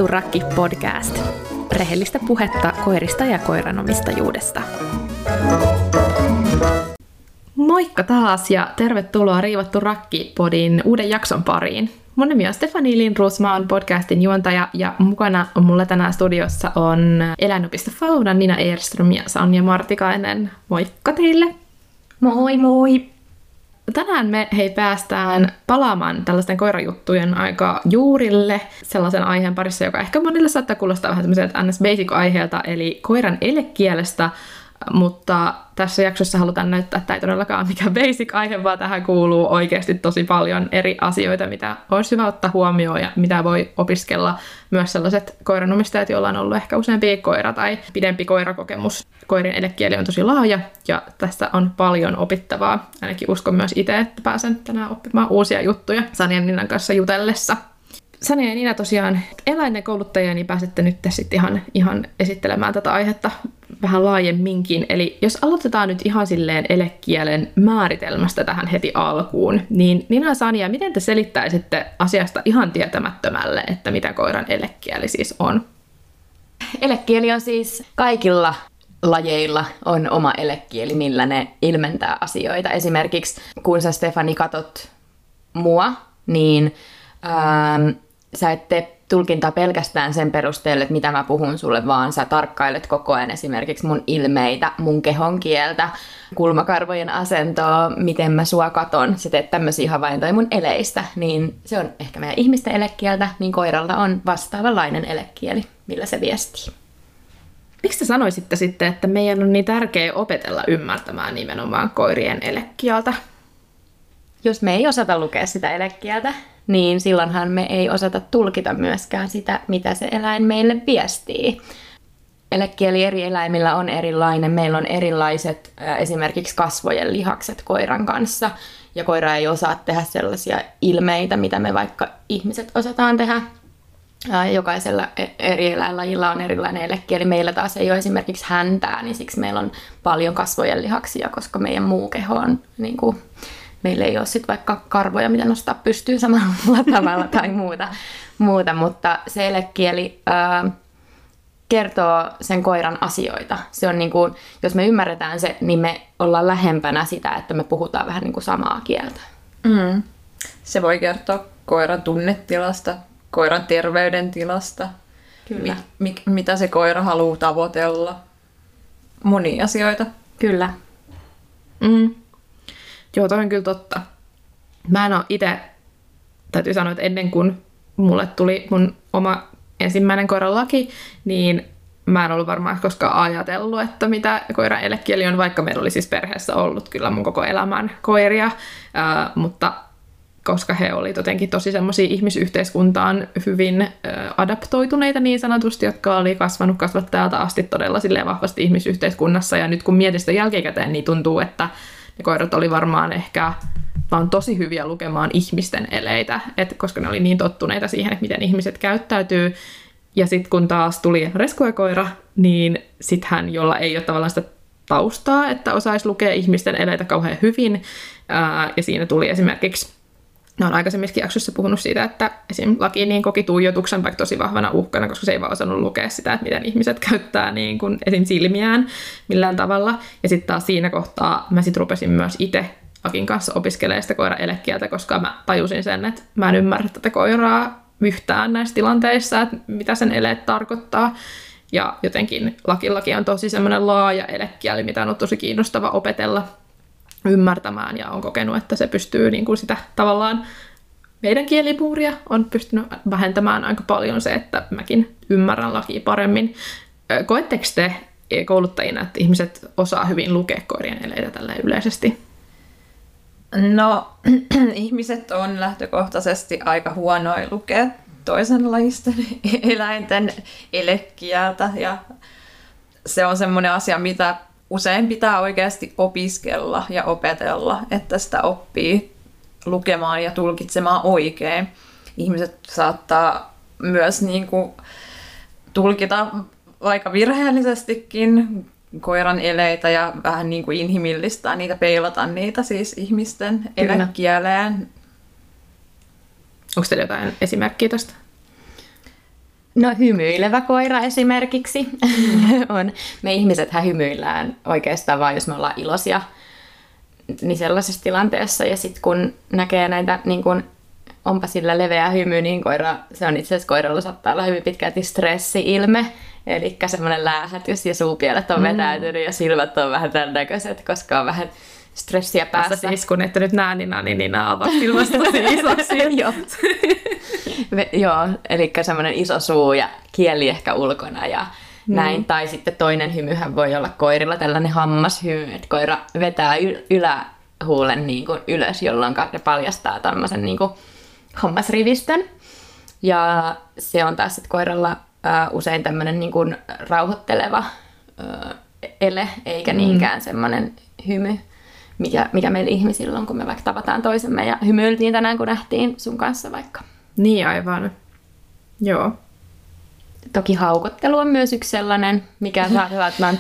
Riivattu rakki podcast. Rehellistä puhetta koirista ja koiranomistajuudesta. Moikka taas ja tervetuloa Riivattu rakki podin uuden jakson pariin. Mun nimi on Stefanie Lindroos, mä oon podcastin juontaja ja mukana mulla tänään studiossa on eläinopisto Faunan Nina Ehrström ja Sanja Martikainen. Moikka teille! Moi moi! Tänään me päästään palaamaan tällaisten koirajuttujen aika juurille sellaisen aiheen parissa, joka ehkä monille saattaa kuulostaa vähän semmoiselta ns. Basic-aiheelta, eli koiran elekielestä, mutta tässä jaksossa halutaan näyttää, että ei todellakaan mikään basic-aihe, vaan tähän kuuluu oikeasti tosi paljon eri asioita, mitä olisi hyvä ottaa huomioon ja mitä voi opiskella myös sellaiset koiranomistajat, joilla on ollut ehkä useampi koira tai pidempi koirakokemus. Koirien elekieli on tosi laaja ja tässä on paljon opittavaa. Ainakin uskon myös itse, että pääsen tänään oppimaan uusia juttuja Sanjan ja Ninan kanssa jutellessa. Sanja ja Nina tosiaan eläinten kouluttajia, niin pääsette nyt sitten ihan esittelemään tätä aihetta vähän laajemminkin. Eli jos aloitetaan nyt ihan silleen elekielen määritelmästä tähän heti alkuun, niin Nina ja Sanja, miten te selittäisitte asiasta ihan tietämättömälle, että mitä koiran elekieli siis on? Elekieli on siis kaikilla lajeilla on oma elekieli, millä ne ilmentää asioita. Esimerkiksi kun sä, Stefani, katot mua, niin sä et tee tulkintaa pelkästään sen perusteella, että mitä mä puhun sulle, vaan sä tarkkailet koko ajan esimerkiksi mun ilmeitä, mun kehon kieltä, kulmakarvojen asentoa, miten mä sua katon. Sä teet tämmöisiä havaintoja mun eleistä, niin se on ehkä meidän ihmisten elekieltä, niin koiralla on vastaavanlainen elekieli, millä se viestii. Miksi te sanoisitte sitten, että meidän on niin tärkeää opetella ymmärtämään nimenomaan koirien elekieltä? Jos me ei osata lukea sitä elekieltä, niin silloinhan me ei osata tulkita myöskään sitä, mitä se eläin meille viestii. Elekieli eri eläimillä on erilainen. Meillä on erilaiset esimerkiksi kasvojen lihakset koiran kanssa. Ja koira ei osaa tehdä sellaisia ilmeitä, mitä me vaikka ihmiset osataan tehdä. Jokaisella eri eläinlajilla on erilainen elekieli. Meillä taas ei ole esimerkiksi häntää, niin siksi meillä on paljon kasvojen lihaksia, koska meidän muu keho on niin kuin, meillä ei ole sitten vaikka karvoja, mitä nostaa pystyyn samalla tavalla tai muuta, mutta se elekieli kertoo sen koiran asioita. Se on niin kuin, jos me ymmärretään se, niin me ollaan lähempänä sitä, että me puhutaan vähän niin kuin samaa kieltä. Se voi kertoa koiran tunnetilasta, koiran terveydentilasta, Kyllä. Mitä se koira haluaa tavoitella, monia asioita. Kyllä. Joo, toi on kyllä totta. Mä en ole itse, täytyy sanoa, että ennen kuin mulle tuli mun oma ensimmäinen koiran laki, niin mä en ollut varmaan koskaan ajatellut, että mitä koiran elekieli on, vaikka meillä oli siis perheessä ollut kyllä mun koko elämän koiria, mutta koska he olivat jotenkin tosi semmoisia ihmisyhteiskuntaan hyvin adaptoituneita niin sanotusti, jotka oli kasvanut kasvattajalta asti todella silleen vahvasti ihmisyhteiskunnassa, ja nyt kun mietin sitä jälkikäteen, niin tuntuu, että ne koirat oli varmaan ehkä vaan tosi hyviä lukemaan ihmisten eleitä, koska ne oli niin tottuneita siihen, että miten ihmiset käyttäytyy. Ja sitten kun taas tuli rescuekoira, niin sitten hän, jolla ei ole tavallaan sitä taustaa, että osaisi lukea ihmisten eleitä kauhean hyvin. Ja siinä tuli esimerkiksi, ne on aikaisemminkin jaksossa puhunut siitä, että esim. Laki niin koki tuijotuksen vaikka tosi vahvana uhkana, koska se ei vaan osannut lukea sitä, että miten ihmiset käyttää niin kuin esim. Silmiään millään tavalla. Ja sitten taas siinä kohtaa mä sitten rupesin myös itse Akin kanssa opiskelemaan sitä koiran elekieltä, koska mä tajusin sen, että mä en ymmärrä tätä koiraa yhtään näissä tilanteissa, että mitä sen eleet tarkoittaa. Ja jotenkin Lakillakin on tosi semmoinen laaja elekieli, mitä on ollut tosi kiinnostava opetella ymmärtämään, ja on kokenut, että se pystyy niin kuin sitä tavallaan meidän kielipuuria on pystynyt vähentämään aika paljon se, että mäkin ymmärrän Lakia paremmin. Koetteko te kouluttajina, että ihmiset osaa hyvin lukea koirien eleitä tälleen yleisesti? No, ihmiset on lähtökohtaisesti aika huonoja lukea toisenlaisten eläinten elekieltä, ja se on semmoinen asia, mitä usein pitää oikeasti opiskella ja opetella, että sitä oppii lukemaan ja tulkitsemaan oikein. Ihmiset saattaa myös niin kuin tulkita vaikka virheellisestikin koiran eleitä ja vähän niin kuin inhimillistää niitä, peilata niitä siis ihmisten elekieleen. Onko teillä jotain esimerkkiä tästä? No hymyilevä koira esimerkiksi on. Me ihmisethän hymyillään oikeastaan vaan, jos me ollaan iloisia, niin sellaisessa tilanteessa. Ja sitten kun näkee näitä, niin kun onpa sillä leveä hymy, niin se on itse asiassa koiralla saattaa olla hyvin pitkälti stressi-ilme. Eli semmoinen läähätys ja suupielet on vetäytynyt ja silmät on vähän tämän näköiset, koska on vähän stressiä päässä. Siis kun ette nyt näe, niin nämä ovat ilmasta tosi isoksi. Joo, eli semmoinen iso suu ja kieli ehkä ulkona ja näin. Tai sitten toinen hymyhän voi olla koirilla tällainen hammashymy, että koira vetää ylähuulen niin kuin ylös, jolloin ne paljastaa tämmöisen niin kuin hammasrivistön. Ja se on taas sitten koiralla usein tämmöinen niin kuin rauhoitteleva ele, eikä niinkään semmoinen hymy, mikä meillä ihmisillä on, kun me vaikka tavataan toisemme ja hymyiltiin tänään, kun nähtiin sun kanssa vaikka. Niin aivan. Joo. Toki haukottelu on myös yksi sellainen, mikä saattaa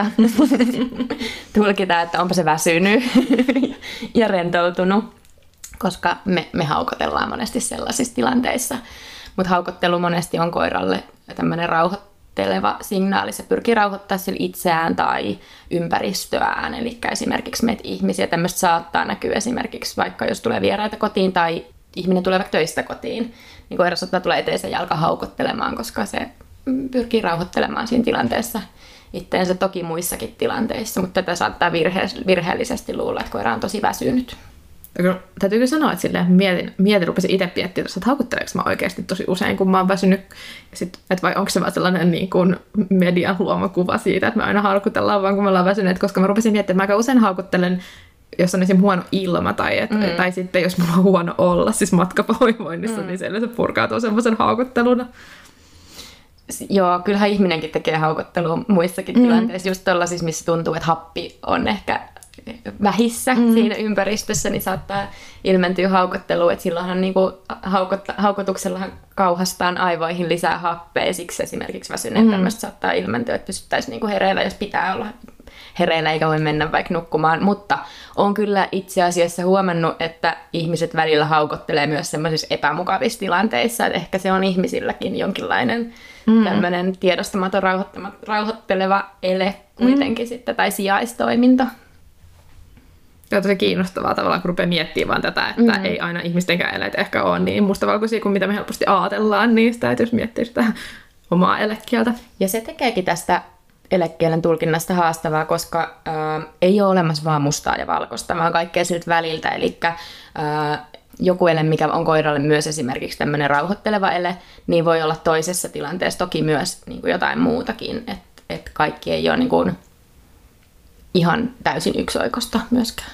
tulkita, että onpa se väsynyt ja rentoutunut, koska me haukotellaan monesti sellaisissa tilanteissa. Mutta haukottelu monesti on koiralle tämmöinen rauhoitteleva signaali. Se pyrkii rauhoittamaan sille itseään tai ympäristöään. Eli esimerkiksi meitä ihmisiä tämmöistä saattaa näkyä esimerkiksi vaikka jos tulee vieraita kotiin tai ihminen tulee vaikka töistä kotiin, niin koira saattaa tulla eteensä ja alkaa haukottelemaan, koska se pyrkii rauhoittelemaan siinä tilanteessa itteensä toki muissakin tilanteissa, mutta tätä saattaa virheellisesti luulla, että koira on tosi väsynyt. Täytyykö sanoa, että silleen rupesin itse miettimään, että haukutteleeko mä oikeasti tosi usein, kun mä oon väsynyt, että vai onko se vaan sellainen niin kuin median luoma kuva siitä, että me aina haukutellaan vaan, kun me ollaan väsyneet, koska mä rupesin miettimään, että mä aika usein haukuttelen, jos on esimerkiksi huono ilma tai sitten jos mulla on huono olla, siis matkapahoinvoinnissa, niin se yleensä purkautuu semmoisen haukutteluna. Joo, kyllähän ihminenkin tekee haukottelua muissakin tilanteissa, just tuollaisissa, missä tuntuu, että happi on ehkä vähissä siinä ympäristössä, niin saattaa ilmentyä haukottelua, että silloinhan niinku haukotuksellahan kauhastaan aivoihin lisää happea, siksi esimerkiksi väsyneen tämmöistä saattaa ilmentyä, että pysyttäisiin niinku hereillä, jos pitää olla hereillä eikä voi mennä vaikka nukkumaan, mutta olen kyllä itse asiassa huomannut, että ihmiset välillä haukottelee myös semmoisissa epämukavissa tilanteissa, että ehkä se on ihmisilläkin jonkinlainen tämmöinen tiedostamaton rauhoitteleva ele kuitenkin sitten, tai sijaistoiminto. Se on tosi kiinnostavaa tavallaan, kun rupeaa miettimään vaan tätä, että ei aina ihmistenkään eleet ehkä ole niin mustavalkoisia kuin mitä me helposti ajatellaan, niin sitä täytyisi miettiä sitä omaa elekieltä. Ja se tekeekin tästä elekielen tulkinnasta haastavaa, koska ei ole olemassa vaan mustaa ja valkoista, vaan kaikkea siltä väliltä. Eli joku ele, mikä on koiralle myös esimerkiksi tämmöinen rauhoitteleva ele, niin voi olla toisessa tilanteessa toki myös niin kuin jotain muutakin. Että kaikki ei ole niin kuin ihan täysin yksioikoista myöskään.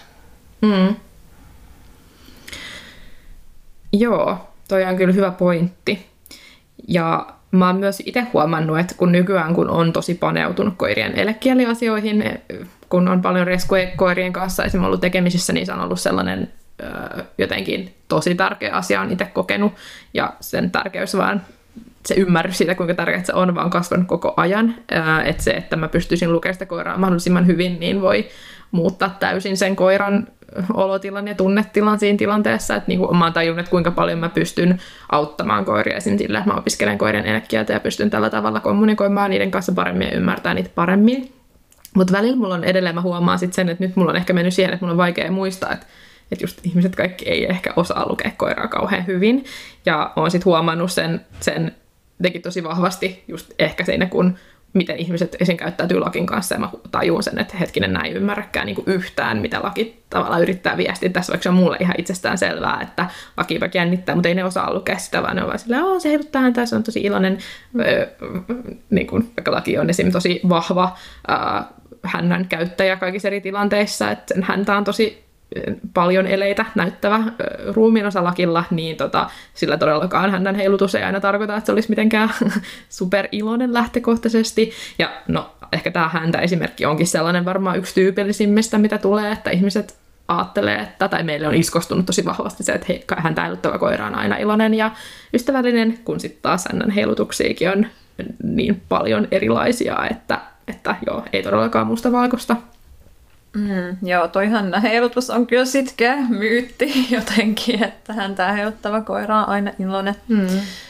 Joo, toi on kyllä hyvä pointti. Ja mä oon myös itse huomannut, että kun nykyään kun on tosi paneutunut koirien elekieliasioihin, kun on paljon reskuja koirien kanssa esimerkiksi ollut tekemisissä, niin se on ollut sellainen jotenkin tosi tärkeä asia, on itse kokenut. Ja sen tärkeys vaan, se ymmärrys siitä, kuinka tärkeää se on, vaan on kasvanut koko ajan. Että se, että mä pystyisin lukemaan sitä koiraa mahdollisimman hyvin, niin voi muuttaa täysin sen koiran olotilan ja tunnetilan siinä tilanteessa. Että niin mä oon tajunnut, että kuinka paljon mä pystyn auttamaan koiria esimerkiksi sillä, että mä opiskelen koirien elekieltä ja pystyn tällä tavalla kommunikoimaan niiden kanssa paremmin ja ymmärtää niitä paremmin. Mutta välillä mulla on edelleen, mä huomaan sit sen, että nyt mulla on ehkä mennyt siihen, että mulla on vaikea muistaa, että just ihmiset kaikki ei ehkä osaa lukea koiraa kauhean hyvin. Ja oon sitten huomannut sen teki tosi vahvasti just ehkä siinä, kun miten ihmiset esim. Käyttäytyy lakin kanssa, ja mä tajun sen, että hetkinen, näin ei ymmärräkään niin kuin yhtään, mitä laki tavallaan yrittää viestiä. Tässä vaikka se on mulle ihan itsestään selvää, että laki vaikka jännittää, mutta ei ne osaa lukea sitä, vaan ne on vaan silleen, se heiluttaa häntä, se on tosi iloinen, niin kuin, vaikka laki on esim. Tosi vahva hännän käyttäjä kaikissa eri tilanteissa, että häntä on tosi paljon eleitä näyttävä ruumiinosalakilla, niin sillä todellakaan hännän heilutus ei aina tarkoita, että se olisi mitenkään superiloinen lähtökohtaisesti. Ja no, ehkä tämä häntä-esimerkki onkin sellainen varmaan yksi tyypillisimmistä, mitä tulee, että ihmiset ajattelee, tai meille on iskostunut tosi vahvasti se, että häntä heiluttava koira on aina iloinen ja ystävällinen, kun sitten taas hännän heilutuksiakin on niin paljon erilaisia, että joo, ei todellakaan mustavalkoista. Joo, toihan heilutus on kyllä sitkeä myytti jotenkin, että häntä heiluttava koira on aina iloinen.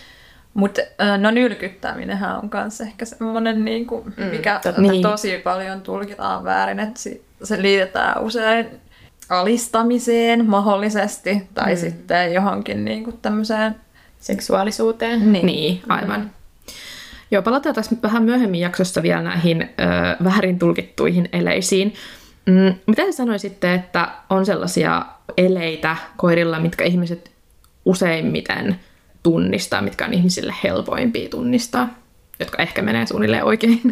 Mutta no nylkyttäminenhän on myös ehkä semmoinen, niinku, mikä niin. tosi paljon tulkitaan väärin, että se liitetään usein alistamiseen mahdollisesti tai sitten johonkin niinku tämmöiseen seksuaalisuuteen. Niin, aivan. Joo, palataan taas vähän myöhemmin jaksossa vielä näihin väärin tulkittuihin eleisiin. Mitä te sanoisitte, että on sellaisia eleitä koirilla, mitkä ihmiset useimmiten tunnistaa, mitkä on ihmisille helpoimpia tunnistaa, jotka ehkä menee suunnilleen oikein?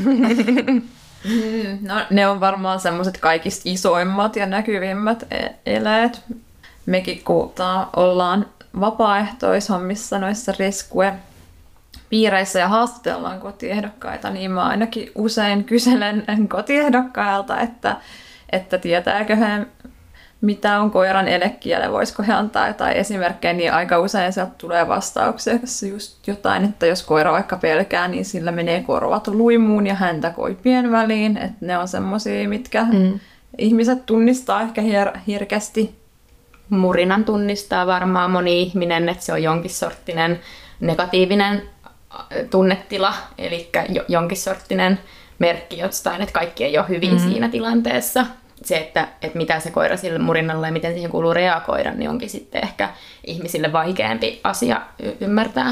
No, ne on varmaan semmoiset kaikista isoimmat ja näkyvimmät eleet. Mekin kun ollaan vapaaehtoishommissa noissa rescue-piireissä ja haastatellaan kotiehdokkaita, niin mä ainakin usein kyselen kotiehdokkailta, että tietääkö he, mitä on koiran elekieli, voisiko he antaa jotain esimerkkejä, niin aika usein sieltä tulee vastauksia, jossa just jotain, että jos koira vaikka pelkää, niin sillä menee korvat luimuun ja häntä koipien väliin, että ne on semmosia, mitkä ihmiset tunnistaa ehkä herkästi. Murinan tunnistaa varmaan moni ihminen, että se on jonkin sorttinen negatiivinen tunnetila, eli jonkin sorttinen merkki jostain, että kaikki ei ole hyvin siinä tilanteessa. Se, että mitä se koira sille murinalle ja miten siihen kuuluu reagoida, niin onkin sitten ehkä ihmisille vaikeampi asia ymmärtää.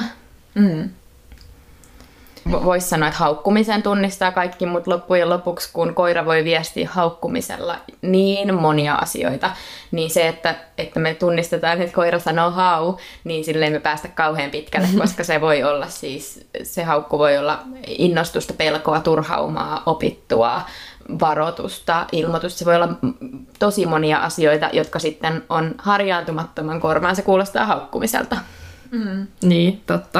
Voisi sanoa, että haukkumisen tunnistaa kaikki, mutta loppujen lopuksi, kun koira voi viestiä haukkumisella niin monia asioita, niin se, että me tunnistetaan, että koira sanoo hau, niin silleen me päästä kauhean pitkälle, koska se voi olla siis, se haukku voi olla innostusta, pelkoa, turhaumaa, opittua, varoitusta, ilmoitusta. Se voi olla tosi monia asioita, jotka sitten on harjaantumattoman korvaan. Se kuulostaa haukkumiselta. Niin, totta.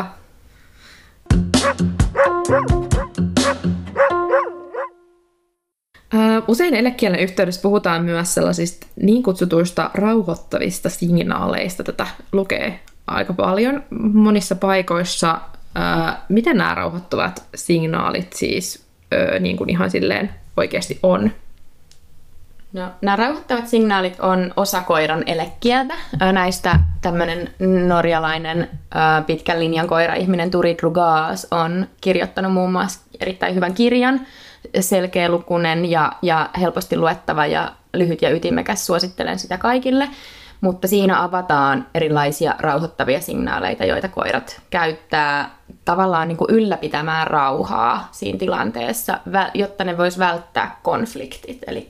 Usein elekielen yhteydessä puhutaan myös sellaisista niin kutsutuista rauhoittavista signaaleista. Tätä lukee aika paljon monissa paikoissa. Miten nämä rauhoittavat signaalit siis niin kuin ihan silleen oikeasti on? No, nämä rauhoittavat signaalit on osa koiran elekieltä. Näistä tämmöinen norjalainen pitkän linjan koira-ihminen Turid Rugaas on kirjoittanut muun muassa erittäin hyvän kirjan, selkeälukuinen ja helposti luettava ja lyhyt ja ytimekäs. Suosittelen sitä kaikille. Mutta siinä avataan erilaisia rauhoittavia signaaleita, joita koirat käyttää tavallaan niin kuin ylläpitämään rauhaa siinä tilanteessa, jotta ne vois välttää konfliktit. Eli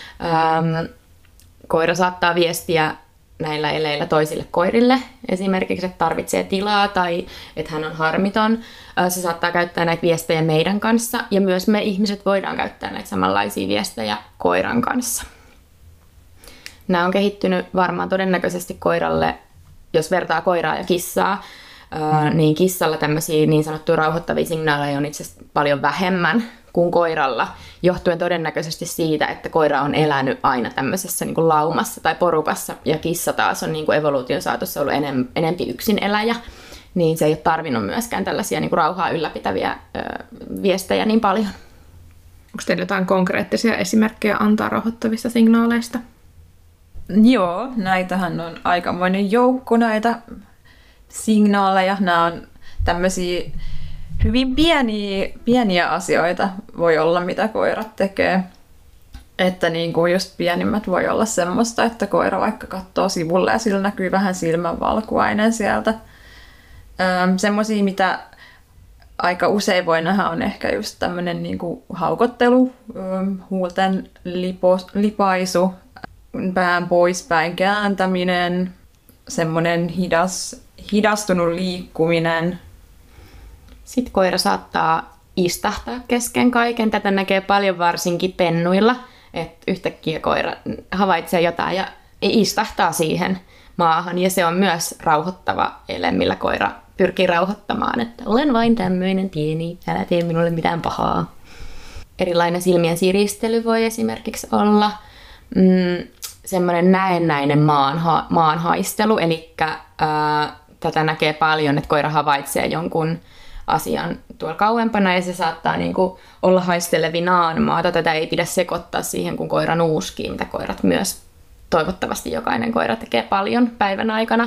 koira saattaa viestiä näillä eleillä toisille koirille, esimerkiksi, että tarvitsee tilaa tai että hän on harmiton. Se saattaa käyttää näitä viestejä meidän kanssa, ja myös me ihmiset voidaan käyttää näitä samanlaisia viestejä koiran kanssa. Nämä on kehittynyt varmaan todennäköisesti koiralle, jos vertaa koiraa ja kissaa, niin kissalla tämmöisiä niin sanottuja rauhoittavia signaaleja on itse asiassa paljon vähemmän kuin koiralla, johtuen todennäköisesti siitä, että koira on elänyt aina tämmöisessä niin kuin laumassa tai porukassa, ja kissa taas on niin kuin evoluution saatossa ollut enempi yksin eläjä, niin se ei ole tarvinnut myöskään tällaisia niin kuin rauhaa ylläpitäviä viestejä niin paljon. Onko teillä jotain konkreettisia esimerkkejä antaa rauhoittavista signaaleista? Joo, näitähän on aikamoinen joukko näitä signaaleja. Nämä on tämmöisiä hyvin pieniä asioita voi olla, mitä koirat tekee. Että niin kuin just pienimmät voi olla semmoista, että koira vaikka katsoo sivulle ja sillä näkyy vähän silmänvalkuainen sieltä. Semmoisia, mitä aika usein voi nähdä, on ehkä just tämmöinen niin kuin haukottelu, huulten lipaisu, pään poispäin kääntäminen, semmoinen hidastunut liikkuminen. Sitten koira saattaa istahtaa kesken kaiken. Tätä näkee paljon varsinkin pennuilla, että yhtäkkiä koira havaitsee jotain ja istahtaa siihen maahan. Ja se on myös rauhoittava ele, millä koira pyrkii rauhoittamaan, että olen vain tämmöinen pieni, älä tee minulle mitään pahaa. Erilainen silmien siristely voi esimerkiksi olla. Semmoinen näennäinen maanhaistelu, eli tätä näkee paljon, että koira havaitsee jonkun asian tuolla kauempana ja se saattaa niinku olla haistelevinaan maata. Tätä ei pidä sekoittaa siihen, kun koira nuuskii, mitä koirat myös toivottavasti jokainen koira tekee paljon päivän aikana,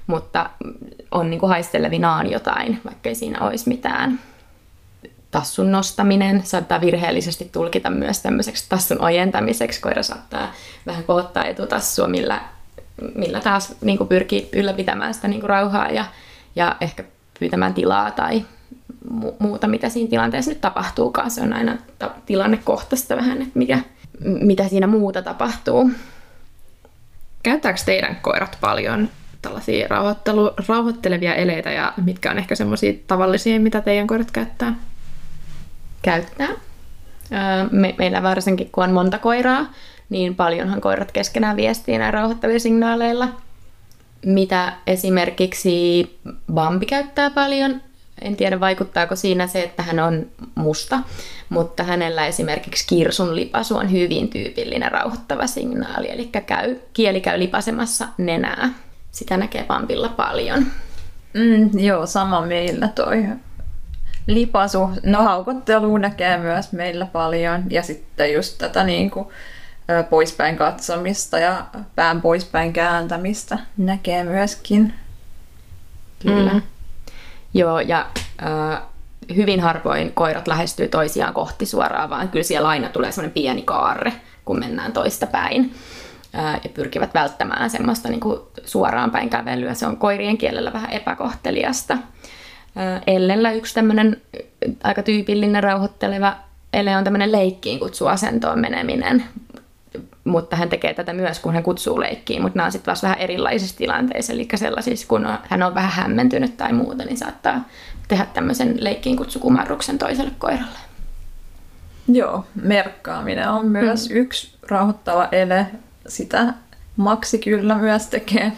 mutta on niin kuin haistelevinaan jotain, vaikka ei siinä olisi mitään. Tassun nostaminen saattaa virheellisesti tulkita myös tämmöiseksi tassun ojentamiseksi. Koira saattaa vähän kohottaa etutassua, millä taas niin kuin pyrkii ylläpitämään sitä niin kuin rauhaa ja ehkä pyytämään tilaa tai muuta, mitä siinä tilanteessa nyt tapahtuukaan. Se on aina tilannekohtaista vähän, että mitä siinä muuta tapahtuu. Käyttääkö teidän koirat paljon tällaisia rauhoittelevia eleitä ja mitkä on ehkä semmoisia tavallisia, mitä teidän koirat käyttää? Käyttää. Meillä varsinkin, kun on monta koiraa, niin paljonhan koirat keskenään viestii näin rauhoittavilla signaaleilla. Mitä esimerkiksi Bambi käyttää paljon. En tiedä, vaikuttaako siinä se, että hän on musta, mutta hänellä esimerkiksi kirsun lipasu on hyvin tyypillinen rauhoittava signaali. Eli kieli käy lipasemassa nenää. Sitä näkee Bambilla paljon. Joo, sama meillä toi lipasu. No haukottelua näkee myös meillä paljon. Ja sitten just tätä niinku poispäin katsomista ja pään poispäin kääntämistä näkee myöskin. Kyllä. Joo, ja hyvin harvoin koirat lähestyy toisiaan kohti suoraan, vaan kyllä siellä aina tulee semmoinen pieni kaarre, kun mennään toista päin. Ja pyrkivät välttämään semmoista niin kuin suoraan päin kävelyä. Se on koirien kielellä vähän epäkohteliasta. Ellellä yksi tämmöinen aika tyypillinen rauhoitteleva ele on tämmöinen leikkiin kutsuasentoon meneminen. Mutta hän tekee tätä myös, kun hän kutsuu leikkiin, mutta nämä on sitten taas vähän erilaisissa tilanteissa. Eli sellaisissa, kun hän on vähän hämmentynyt tai muuta, niin saattaa tehdä tämmöisen leikkiin kutsukumarruksen toiselle koiralle. Joo, merkkaaminen on myös yksi rauhoittava ele. Sitä Maxi kyllä myös tekee.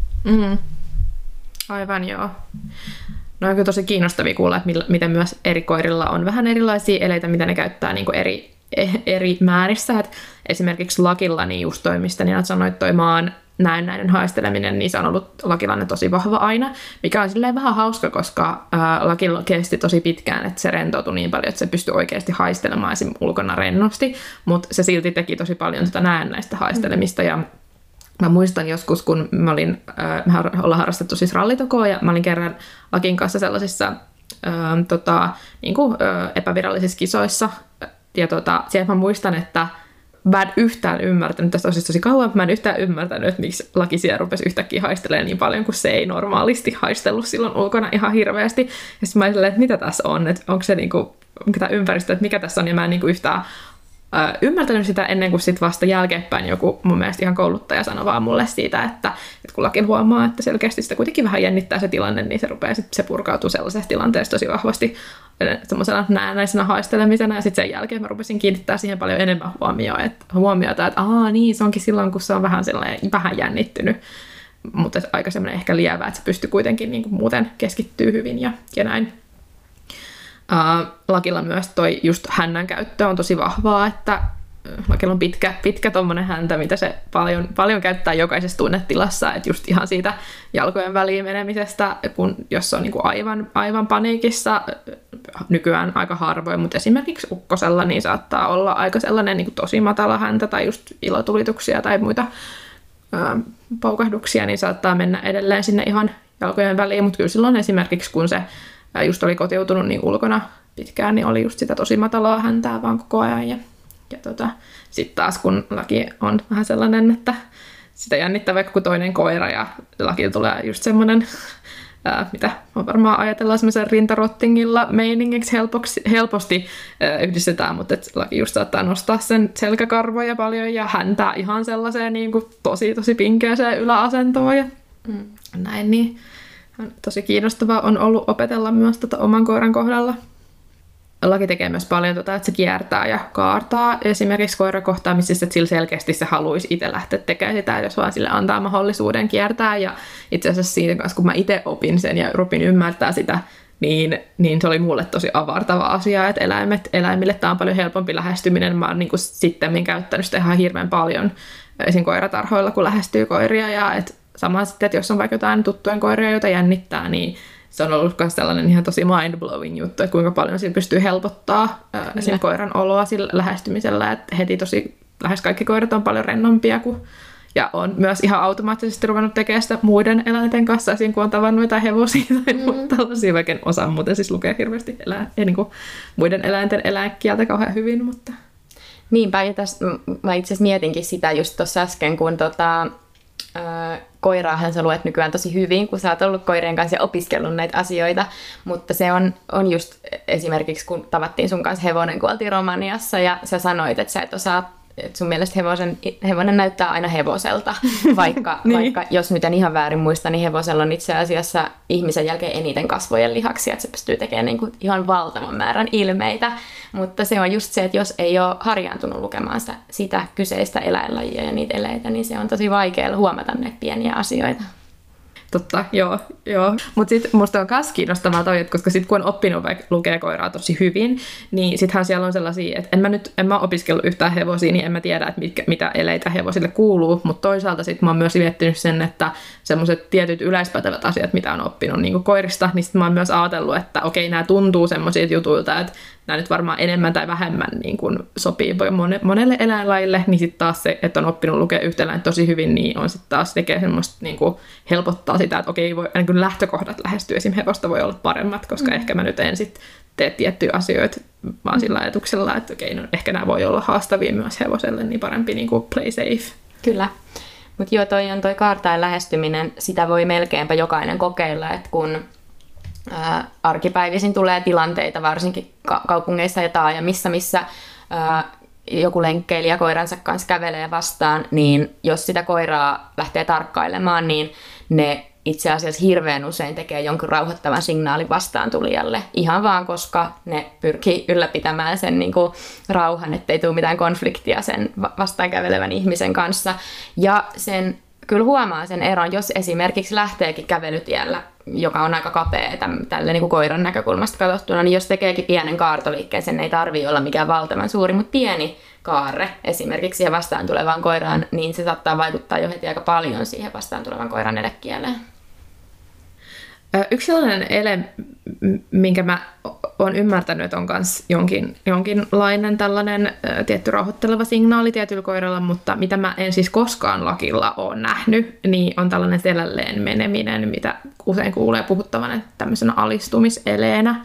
Aivan joo. No on kyllä tosi kiinnostavia kuulla, että miten myös eri koirilla on vähän erilaisia eleitä, mitä ne käyttää niin kuin eri määrissä. Et esimerkiksi Lakilla, niin just toi, mistä niin sanoit, toi maan näennäinen haisteleminen, niin se on ollut Lakillainen tosi vahva aina, mikä on silleen vähän hauska, koska Lakilla kesti tosi pitkään, että se rentoutui niin paljon, että se pystyi oikeasti haistelemaan esim. Ulkona rennosti, mutta se silti teki tosi paljon sitä näennäistä haistelemista ja mä muistan joskus, kun me ollaan harrastettu siis rallitokoa ja mä olin kerran Lakin kanssa sellaisissa epävirallisissa kisoissa ja siellä mä muistan, että mä en yhtään ymmärtänyt, tästä olisi tosi kauan, mä en yhtään ymmärtänyt, että miksi Laki siellä rupesi yhtäkkiä haistelemaan niin paljon, kun se ei normaalisti haistellut silloin ulkona ihan hirveästi. Ja sitten mä olin että mitä tässä on, että onko tämä ympäristö, että mikä tässä on, ja mä en yhtään ymmärtänyt sitä ennen kuin sitten vasta jälkeenpäin joku mun mielestä ihan kouluttaja sanoi vaan mulle siitä, että kun Laki huomaa, että selkeästi sitä kuitenkin vähän jännittää se tilanne, niin se purkautuu sellaisessa tilanteessa tosi vahvasti semmoisena näennäisenä haistelemisena, ja sitten sen jälkeen mä rupesin kiinnittää siihen paljon enemmän huomiota, että niin, se onkin silloin, kun se on vähän jännittynyt, mutta aika semmoinen ehkä lievä, että se pystyy kuitenkin niin kuin muuten keskittyy hyvin ja näin. Lakilla myös toi just hännän käyttö on tosi vahvaa, että Lakilla on pitkä tommonen häntä, mitä se paljon käyttää jokaisessa tunnetilassa, että just ihan siitä jalkojen väliin menemisestä, jos on niinku aivan paniikissa, nykyään aika harvoin, mutta esimerkiksi ukkosella niin saattaa olla aika sellainen niinku tosi matala häntä tai just ilotulituksia tai muita paukahduksia, niin saattaa mennä edelleen sinne ihan jalkojen väliin, mutta kyllä silloin esimerkiksi kun se just oli kotiutunut niin ulkona pitkään, niin oli just sitä tosi matalaa häntää vaan koko ajan. Ja sitten taas kun Laki on vähän sellainen, että sitä jännittää vaikka kuin toinen koira ja Laki tulee just semmoinen, mitä on varmaan ajatellaan semmoisen rintarottingilla meiningiksi helposti yhdistetään, mutta Laki just saattaa nostaa sen selkäkarvoja paljon ja häntää ihan sellaiseen niin kuin tosi pinkeäseen yläasentoon ja näin niin. Tosi kiinnostavaa on ollut opetella myös oman koiran kohdalla. Laki tekee myös paljon että se kiertää ja kaartaa. Esimerkiksi koirakohtaamisissa, että sillä selkeästi se haluaisi itse lähteä tekemään sitä, jos vaan sille antaa mahdollisuuden kiertää. Ja itse asiassa siinä kanssa, kun mä itse opin sen ja rupin ymmärtää sitä, niin se oli mulle tosi avartava asia, että eläimille tämä on paljon helpompi lähestyminen. Mä oon niin sitten käyttänyt sitä ihan hirveän paljon esim. Koiratarhoilla, kun lähestyy koiria ja sama sitten, että jos on vaikka jotain tuttujen koiria, joita jännittää, niin se on ollut myös sellainen ihan tosi mind-blowing juttu, että kuinka paljon siinä pystyy helpottaa sen koiran oloa sillä lähestymisellä, että heti lähes kaikki koirat on paljon rennompia kuin Ja on myös ihan automaattisesti ruvennut tekemään sitä muiden eläinten kanssa, esim. Kun on tavannut jotain hevosia tai tällaisia, vaikka en osaa muuten siis lukea hirveästi niin kuin muiden eläinten eläinkieltä kauhean hyvin, mutta... Niinpä, ja mä itse asiassa mietinkin sitä just tuossa äsken, kun koiraahan sä luet nykyään tosi hyvin, kun sä oot ollut koirien kanssa ja opiskellut näitä asioita, mutta se on just esimerkiksi, kun tavattiin sun kanssa hevonen, kun oltiin Romaniassa, ja sä sanoit, että sä et osaa, että sun mielestä hevonen näyttää aina hevoselta, vaikka, niin. vaikka jos nyt en ihan väärin muista, niin hevosella on itse asiassa ihmisen jälkeen eniten kasvojen lihaksia, että se pystyy tekemään niin kuin ihan valtavan määrän ilmeitä, mutta se on just se, että jos ei ole harjaantunut lukemaan sitä kyseistä eläinlajia ja niitä eleitä, niin se on tosi vaikea huomata näitä pieniä asioita. Totta, joo. Mutta sitten musta on myös kiinnostavaa toi, että koska sitten kun on oppinut vaikka lukee koiraa tosi hyvin, niin sittenhän siellä on sellaisia, että en mä opiskellut yhtään hevosia, niin en mä tiedä, että mitä eleitä hevosille kuuluu, mutta toisaalta sitten mä oon myös miettinyt sen, että semmoiset tietyt yleispätevät asiat, mitä on oppinut niin kuin koirista, niin sitten mä oon myös ajatellut, että okei, nämä tuntuu semmoisilta jutuilta, että nämä nyt varmaan enemmän tai vähemmän niin kuin sopii monelle eläinlajille, niin sitten taas se, että on oppinut lukea yhtä eläintä tosi hyvin, niin on sitten taas tekee semmoista niin kuin helpottaa sitä, että okei, niin kuin lähtökohdat lähestyä esimerkiksi hevosta voi olla paremmat, koska ehkä mä nyt en sitten tee tiettyjä asioita vaan sillä ajatuksella, että okei, no ehkä nämä voi olla haastavia myös hevoselle, niin parempi niin kuin play safe. Kyllä. Mutta joo, toi kaartain lähestyminen, sitä voi melkeinpä jokainen kokeilla, että kun arkipäivisin tulee tilanteita, varsinkin kaupungeissa ja taajamissa, missä joku lenkkeilijä koiransa kanssa kävelee vastaan, niin jos sitä koiraa lähtee tarkkailemaan, niin ne itse asiassa hirveän usein tekee jonkun rauhoittavan signaalin vastaantulijalle, ihan vaan koska ne pyrkii ylläpitämään sen niin kuin rauhan, ettei tule mitään konfliktia sen vastaan kävelevän ihmisen kanssa. Ja sen kyllä huomaa sen eron, jos esimerkiksi lähteekin kävelytiellä, joka on aika kapea tälle niin kuin koiran näkökulmasta katsottuna, niin jos tekeekin pienen kaartoliikkeen, sen ei tarvitse olla mikään valtavan suuri, mutta pieni kaarre esimerkiksi siihen vastaan tulevaan koiraan, niin se saattaa vaikuttaa jo heti aika paljon siihen vastaan tulevan koiran elekieleen. Yksi sellainen ele, minkä mä oon ymmärtänyt, että on myös jonkinlainen tällainen tietty rauhoitteleva signaali tietyllä koiralla, mutta mitä mä en siis koskaan lakilla ole nähnyt, niin on tällainen selälleen meneminen, mitä usein kuulee puhuttavan tämmöisenä alistumiseleenä.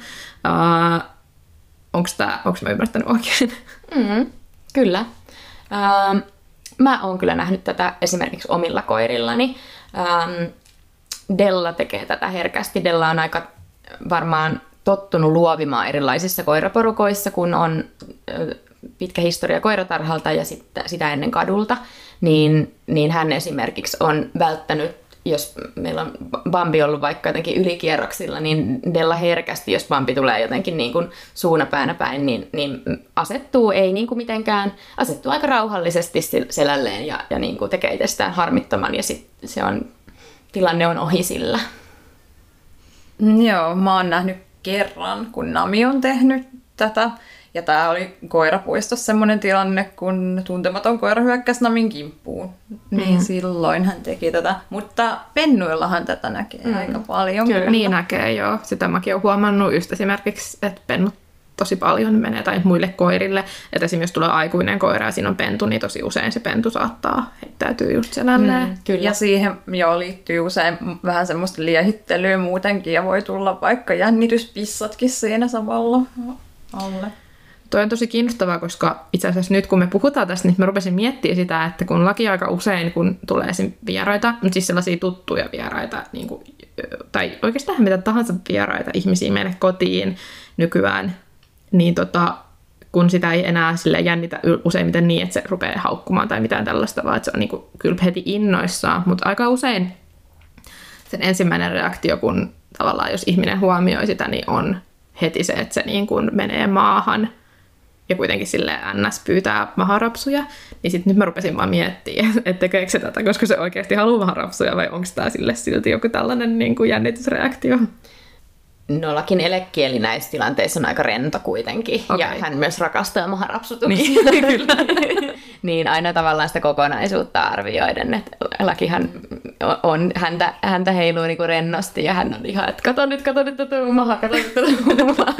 Onko mä ymmärtänyt oikein? Kyllä. Mä oon kyllä nähnyt tätä esimerkiksi omilla koirillani. Della tekee tätä herkästi. Della on aika varmaan tottunut luovimaan erilaisissa koiraporukoissa, kun on pitkä historia koiratarhalta ja sitä ennen kadulta, niin hän esimerkiksi on välttänyt, jos meillä on Bambi ollut vaikka jotenkin ylikierroksilla, niin Della herkästi, jos Bambi tulee jotenkin niin kuin suunapäänä päin, niin asettuu, ei niin kuin mitenkään, asettuu aika rauhallisesti selälleen ja niin kuin tekee itsestään harmittoman ja sitten tilanne on ohi sillä. Joo, mä oon nähnyt kerran, kun Nami on tehnyt tätä. Ja tää oli koirapuistossa semmoinen tilanne, kun tuntematon koira hyökkäsi Namin kimppuun. Niin silloin hän teki tätä. Mutta pennuillahan tätä näkee aika paljon. Kyllä, niin näkee, joo. Sitä mäkin olen huomannut just esimerkiksi, että pennut tosi paljon menee tai muille koirille. Että esimerkiksi jos tulee aikuinen koira ja siinä on pentu, niin tosi usein se pentu saattaa heittäytyä just selälleen. Kyllä. Ja siihen liittyy usein vähän semmoista liehittelyä muutenkin ja voi tulla vaikka jännityspissatkin siinä samalla alle. Toi on tosi kiinnostavaa, koska itse asiassa nyt kun me puhutaan tästä, niin mä rupesin miettimään sitä, että kun laki aika usein, kun tulee esim. Vieraita, mutta siis sellaisia tuttuja vieraita, niin kuin, tai oikeastaan mitä tahansa vieraita ihmisiä meille kotiin nykyään, niin kun sitä ei enää sille jännitä useimmiten niin, että se rupeaa haukkumaan tai mitään tällaista, vaan että se on niin kuin, kyllä heti innoissaan, mutta aika usein sen ensimmäinen reaktio, kun tavallaan jos ihminen huomioi sitä, niin on heti se, että se niin kuin menee maahan ja kuitenkin silleen NS pyytää maharapsuja, niin sitten nyt mä rupesin vaan miettimään, että tekeekö se tätä, koska se oikeasti haluaa maharapsuja vai onko tämä sille silti joku tällainen niin kuin jännitysreaktio? No lakin elekieli näissä tilanteissa on aika rento kuitenkin, ja hän myös rakastaa maharapsutuksia. Niin, kyllä. Niin aina tavallaan sitä kokonaisuutta arvioiden, että lakihan on, häntä heiluu niinku rennosti, ja hän on ihan, että kato nyt tuo maha.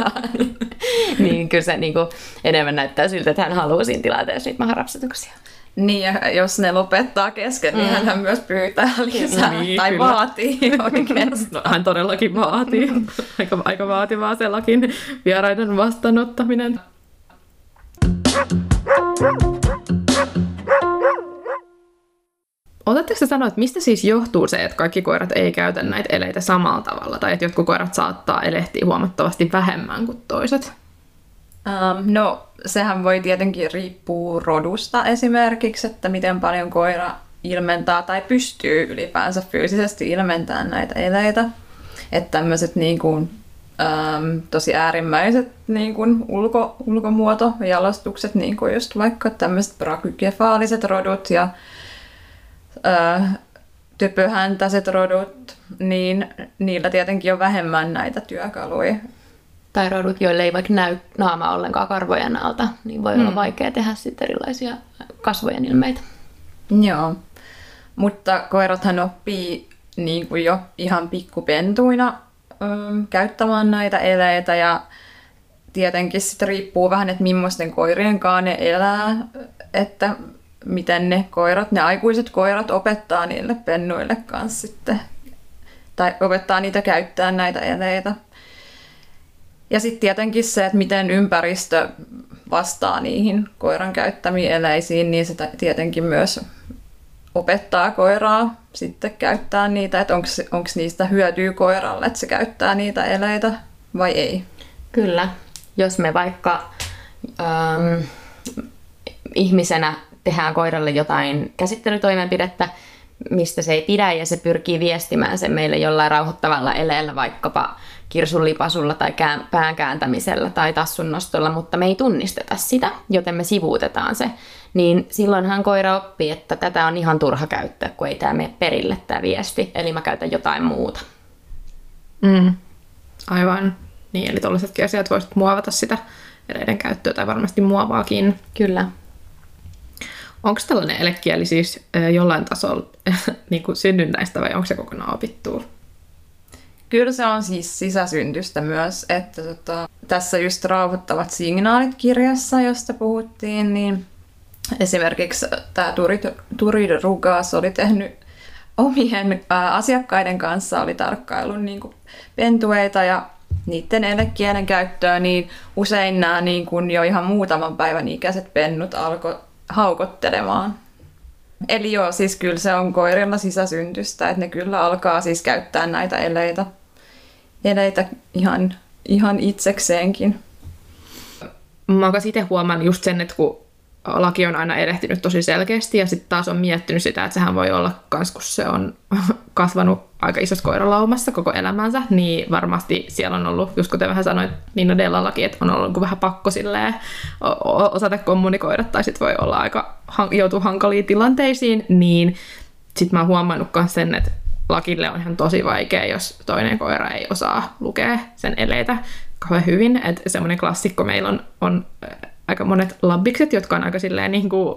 Niin kyllä se niinku enemmän näyttää siltä, että hän haluaa siinä tilanteessa niitä maharapsutuksia. Niin, ja jos ne lopettaa kesken, niin hän myös pyytää lisää Niin, tai kyllä. vaatii oikeastaan. No, hän todellakin vaatii. Aika vaativaa se lakin vieraiden vastaanottaminen. Otatteko te sanoa, että mistä siis johtuu se, että kaikki koirat ei käytä näitä eleitä samalla tavalla, tai että jotkut koirat saattaa elehtiä huomattavasti vähemmän kuin toiset? No, sehän voi tietenkin riippua rodusta esimerkiksi, että miten paljon koira ilmentää tai pystyy ylipäänsä fyysisesti ilmentämään näitä eleitä. Että tämmöiset niin kuin, tosi äärimmäiset niin kuin ulkomuotojalostukset, niin kuin just vaikka tämmöiset brakykefaaliset rodut ja typöhäntäiset rodut, niin niillä tietenkin on vähemmän näitä työkaluja. Tai rodut, joille ei vaikka näy naama ollenkaan karvojen alta, niin voi olla vaikea tehdä sitten erilaisia kasvojen ilmeitä. Joo, mutta koirathan oppii niin kuin jo ihan pikkupentuina käyttämään näitä eleitä ja tietenkin sitten riippuu vähän, että millaisten koirien kanssa ne elää, että miten ne aikuiset koirat opettaa niille pennuille kanssa sitten, tai opettaa niitä käyttää näitä eleitä. Ja sitten tietenkin se, että miten ympäristö vastaa niihin koiran käyttämiin eleisiin, niin se tietenkin myös opettaa koiraa sitten käyttää niitä, että onko niistä hyötyä koiralle, että se käyttää niitä eleitä vai ei. Kyllä. Jos me vaikka ihmisenä tehdään koiralle jotain käsittelytoimenpidettä, mistä se ei pidä ja se pyrkii viestimään sen meille jollain rauhoittavalla eleellä, vaikkapa kirsunlipasulla tai pään kääntämisellä tai tassun nostolla, mutta me ei tunnisteta sitä, joten me sivuutetaan se. Niin silloinhan koira oppii, että tätä on ihan turha käyttää, kun ei tämä mene perille tämä viesti, eli mä käytän jotain muuta. Aivan. Niin, eli tuollaisetkin asiat voisit muovata sitä eleiden käyttöä tai varmasti muovaakin. Kyllä. Onko tällainen elekieli siis jollain tasolla niin kuin synnynnäistä vai onko se kokonaan opittua? Kyllä se on siis sisäsyntystä myös, että tässä just rauhoittavat signaalit kirjassa, josta puhuttiin, niin esimerkiksi tämä Turid Rugas oli tehnyt omien asiakkaiden kanssa, oli tarkkaillut niin kuin pentueita ja niiden elekielen käyttöä, niin usein nämä niin kuin jo ihan muutaman päivän ikäiset pennut alkoi haukottelemaan. Eli joo, siis kyllä se on koirilla sisäsyntystä, että ne kyllä alkaa siis käyttää näitä eleitä ihan itsekseenkin. Mä oon itse huomannut just sen, että kun laki on aina erehtynyt tosi selkeästi ja sitten taas on miettinyt sitä, että sehän voi olla kans, kun se on kasvanut aika isossa koiralaumassa koko elämänsä, niin varmasti siellä on ollut, just kuten vähän sanoit Nina Dellallakin, että on ollut vähän pakko silleen osata kommunikoida tai sitten voi olla joutua hankaliin tilanteisiin, niin sitten mä oon huomannut myös sen, että lakille on ihan tosi vaikea, jos toinen koira ei osaa lukea sen eleitä kauhean hyvin. Että semmoinen klassikko meillä on aika monet labbikset, jotka on aika silleen niin kuin,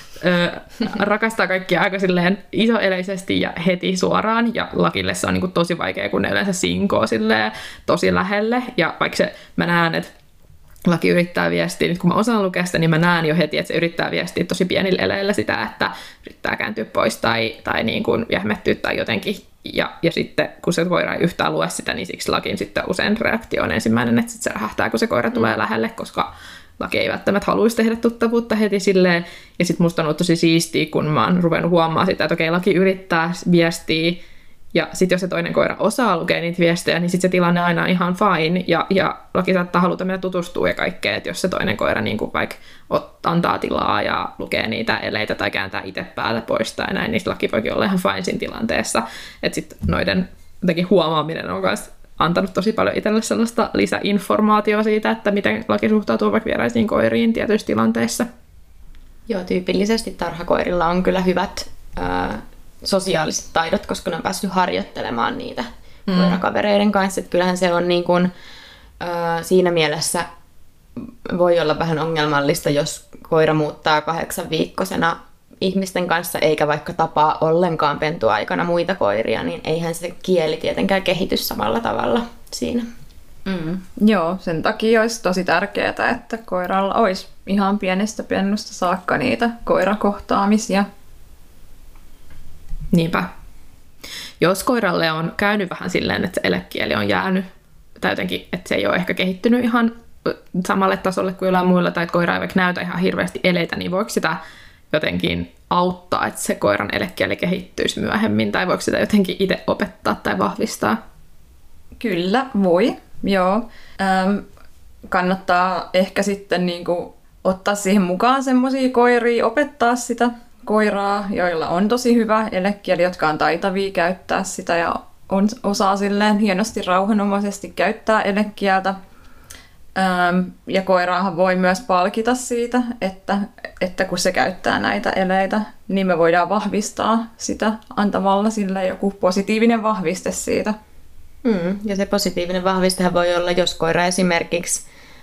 rakastaa kaikkia aika silleen isoeleisesti ja heti suoraan. Ja lakille se on niin kuin tosi vaikea, kun ne yleensä sinkoo silleen tosi lähelle. Ja vaikka mä näen, että laki yrittää viestiä, nyt kun mä osaan lukea sitä, niin mä näen jo heti, että se yrittää viestiä tosi pienillä eleillä sitä, että yrittää kääntyä pois tai niin kuin jähmettyä tai jotenkin. Ja sitten kun se koira ei yhtään lue sitä, niin siksi lakin sitten usein reaktio on ensimmäinen, että se rähähtää, kun se koira tulee lähelle, koska laki ei välttämättä haluaisi tehdä tuttavuutta heti silleen. Ja sitten musta on ollut tosi siistiä, kun mä oon ruvennut huomaamaan sitä, että okei, laki yrittää viestiä. Ja sitten jos se toinen koira osaa lukea niitä viestejä, niin sitten se tilanne aina on ihan fine. Ja laki saattaa haluta mennä tutustua ja kaikkea, että jos se toinen koira niin kuin vaikka antaa tilaa ja lukee niitä eleitä tai kääntää itse päätä pois tai näin, niin laki voikin olla ihan fine siinä tilanteessa. Että sitten noiden jotenkin huomaaminen on myös antanut tosi paljon itselle sellaista lisäinformaatiota siitä, että miten laki suhtautuu vaikka vieraisiin koiriin tietyissä tilanteissa. Joo, tyypillisesti tarhakoirilla on kyllä hyvät sosiaaliset taidot, koska ne on päässyt harjoittelemaan niitä koirakavereiden kanssa. Että kyllähän se on niin kuin, siinä mielessä voi olla vähän ongelmallista, jos koira muuttaa 8-viikkosena ihmisten kanssa, eikä vaikka tapaa ollenkaan pentuaikana muita koiria, niin eihän se kieli tietenkään kehity samalla tavalla siinä. Joo, sen takia olisi tosi tärkeää, että koiralla olisi ihan pienestä pennusta saakka niitä koirakohtaamisia. Niinpä. Jos koiralle on käynyt vähän silleen, että se elekieli on jäänyt, tai jotenkin, että se ei ole ehkä kehittynyt ihan samalle tasolle kuin jollain muilla, tai että koira ei vaikka näytä ihan hirveästi eleitä, niin voiko sitä jotenkin auttaa, että se koiran elekieli kehittyisi myöhemmin, tai voiko sitä jotenkin itse opettaa tai vahvistaa? Kyllä, voi. Joo. Kannattaa ehkä sitten niinku ottaa siihen mukaan semmoisia koiria, opettaa sitä koiraa, joilla on tosi hyvä elekieli, jotka on taitavia käyttää sitä ja osaa silleen hienosti rauhanomaisesti käyttää elekieltä. Ja koiraahan voi myös palkita siitä, että kun se käyttää näitä eleitä, niin me voidaan vahvistaa sitä antamalla sille joku positiivinen vahviste siitä. Ja se positiivinen vahvistehan voi olla, jos koira esimerkiksi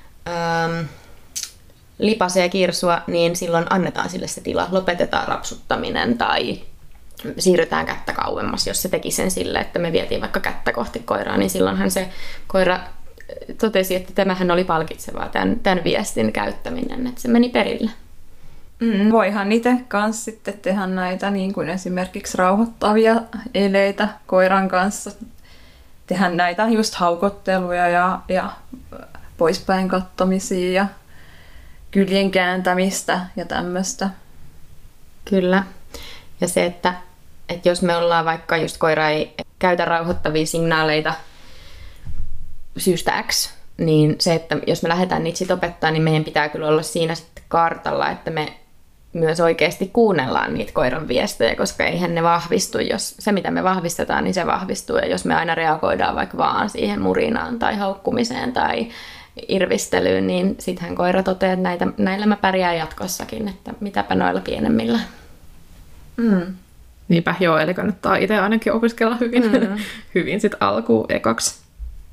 lipasee kirsua, niin silloin annetaan sille se tila, lopetetaan rapsuttaminen tai siirrytään kättä kauemmas. Jos se teki sen sille, että me vietiin vaikka kättä kohti koiraa, niin silloinhan se koira totesi, että tämähän oli palkitsevaa, tämän viestin käyttäminen, että se meni perille. Voihan itse kanssa sitten tehdä näitä niin kuin esimerkiksi rauhoittavia eleitä koiran kanssa. Tehdä näitä just haukotteluja ja poispäin kattomisia ja kyljen kääntämistä ja tämmöistä. Kyllä. Ja se, että jos me ollaan vaikka just koira ei käytä rauhoittavia signaaleita syystä X, niin se, että jos me lähdetään niitä sitten opettaa, niin meidän pitää kyllä olla siinä sitten kartalla, että me myös oikeasti kuunnellaan niitä koiran viestejä, koska eihän ne vahvistu, jos se mitä me vahvistetaan, niin se vahvistuu. Ja jos me aina reagoidaan vaikka vaan siihen murinaan tai haukkumiseen tai irvistelyyn, niin sittenhän koira toteaa, että näillä mä pärjään jatkossakin, että mitäpä noilla pienemmillä. Niinpä, joo, eli kannattaa itse ainakin opiskella hyvin sit alkuun ekaksi.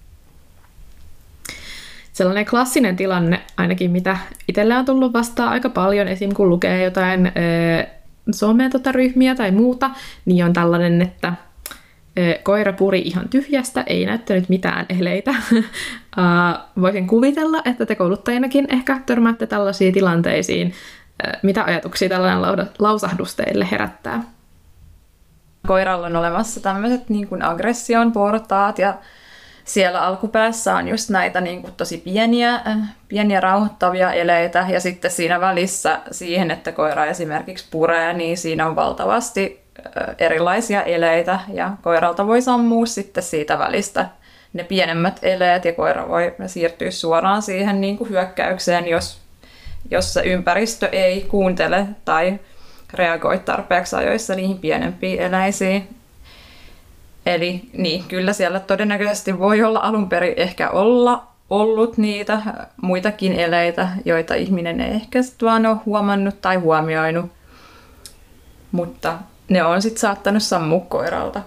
Sellainen klassinen tilanne, ainakin mitä itselle on tullut vastaan aika paljon, esim. Kun lukee jotain ryhmiä tai muuta, niin on tällainen, että koira puri ihan tyhjästä, ei näyttänyt mitään eleitä. Voisin kuvitella, että te kouluttajinakin ehkä törmäätte tällaisiin tilanteisiin. Mitä ajatuksia tällainen lausahdus teille herättää? Koiralla on olemassa tämmöiset niin kuin aggression portaat ja siellä alkupäässä on just näitä niin kuin tosi pieniä rauhoittavia eleitä ja sitten siinä välissä siihen, että koira esimerkiksi puree, niin siinä on valtavasti erilaisia eleitä ja koiralta voi sammua sitten siitä välistä ne pienemmät eleet ja koira voi siirtyä suoraan siihen niin kuin hyökkäykseen, jos se ympäristö ei kuuntele tai reagoi tarpeeksi ajoissa niihin pienempiin eleisiin. Eli niin, kyllä siellä todennäköisesti voi olla alun perin ehkä ollut niitä muitakin eleitä, joita ihminen ei ehkä vaan ole huomannut tai huomioinut, mutta ne on sitten saattanut sammua koiralta.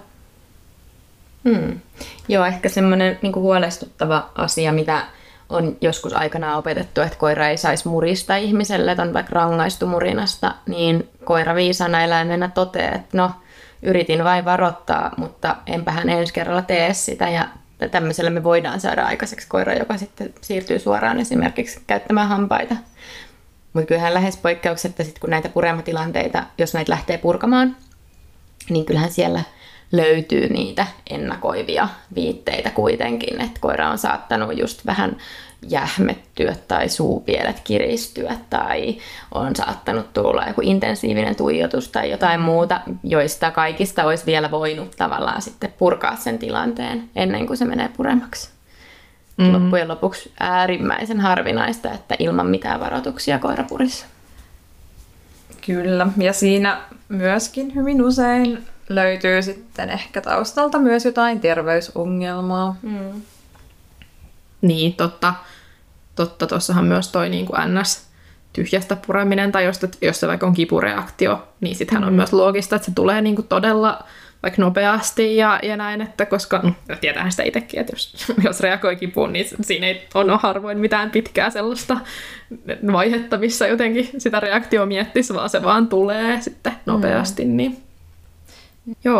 Joo, ehkä semmoinen niin kuin huolestuttava asia, mitä on joskus aikanaan opetettu, että koira ei saisi murista ihmiselle, että on vaikka rangaistu murinasta, niin koira viisana eläimenä toteaa, että no, yritin vain varoittaa, mutta enpähän ensi kerralla tee sitä. Ja tämmöisellä me voidaan saada aikaiseksi koira, joka sitten siirtyy suoraan esimerkiksi käyttämään hampaita. Mutta kyllähän lähes poikkeuksetta, sit kun näitä purematilanteita, jos näitä lähtee purkamaan, niin kyllähän siellä löytyy niitä ennakoivia viitteitä kuitenkin, että koira on saattanut just vähän jähmettyä tai suupielet kiristyä tai on saattanut tulla joku intensiivinen tuijotus tai jotain muuta, joista kaikista olisi vielä voinut tavallaan sitten purkaa sen tilanteen ennen kuin se menee puremaksi. Loppujen lopuksi äärimmäisen harvinaista, että ilman mitään varoituksia koira purisi. Kyllä, ja siinä myöskin hyvin usein löytyy sitten ehkä taustalta myös jotain terveysongelmaa. Niin, totta. Tuossahan myös toi niin kuin NS tyhjästä pureminen, tai jos se vaikka on kipureaktio, niin sittenhän on myös loogista, että se tulee niin kuin todella vaikka nopeasti ja näin, että koska tietäähän sitä itsekin, että jos reagoi kipuun, niin siinä ei ole harvoin mitään pitkää sellaista vaihetta, missä jotenkin sitä reaktioa miettisi, vaan se vaan tulee sitten nopeasti. Niin. Joo,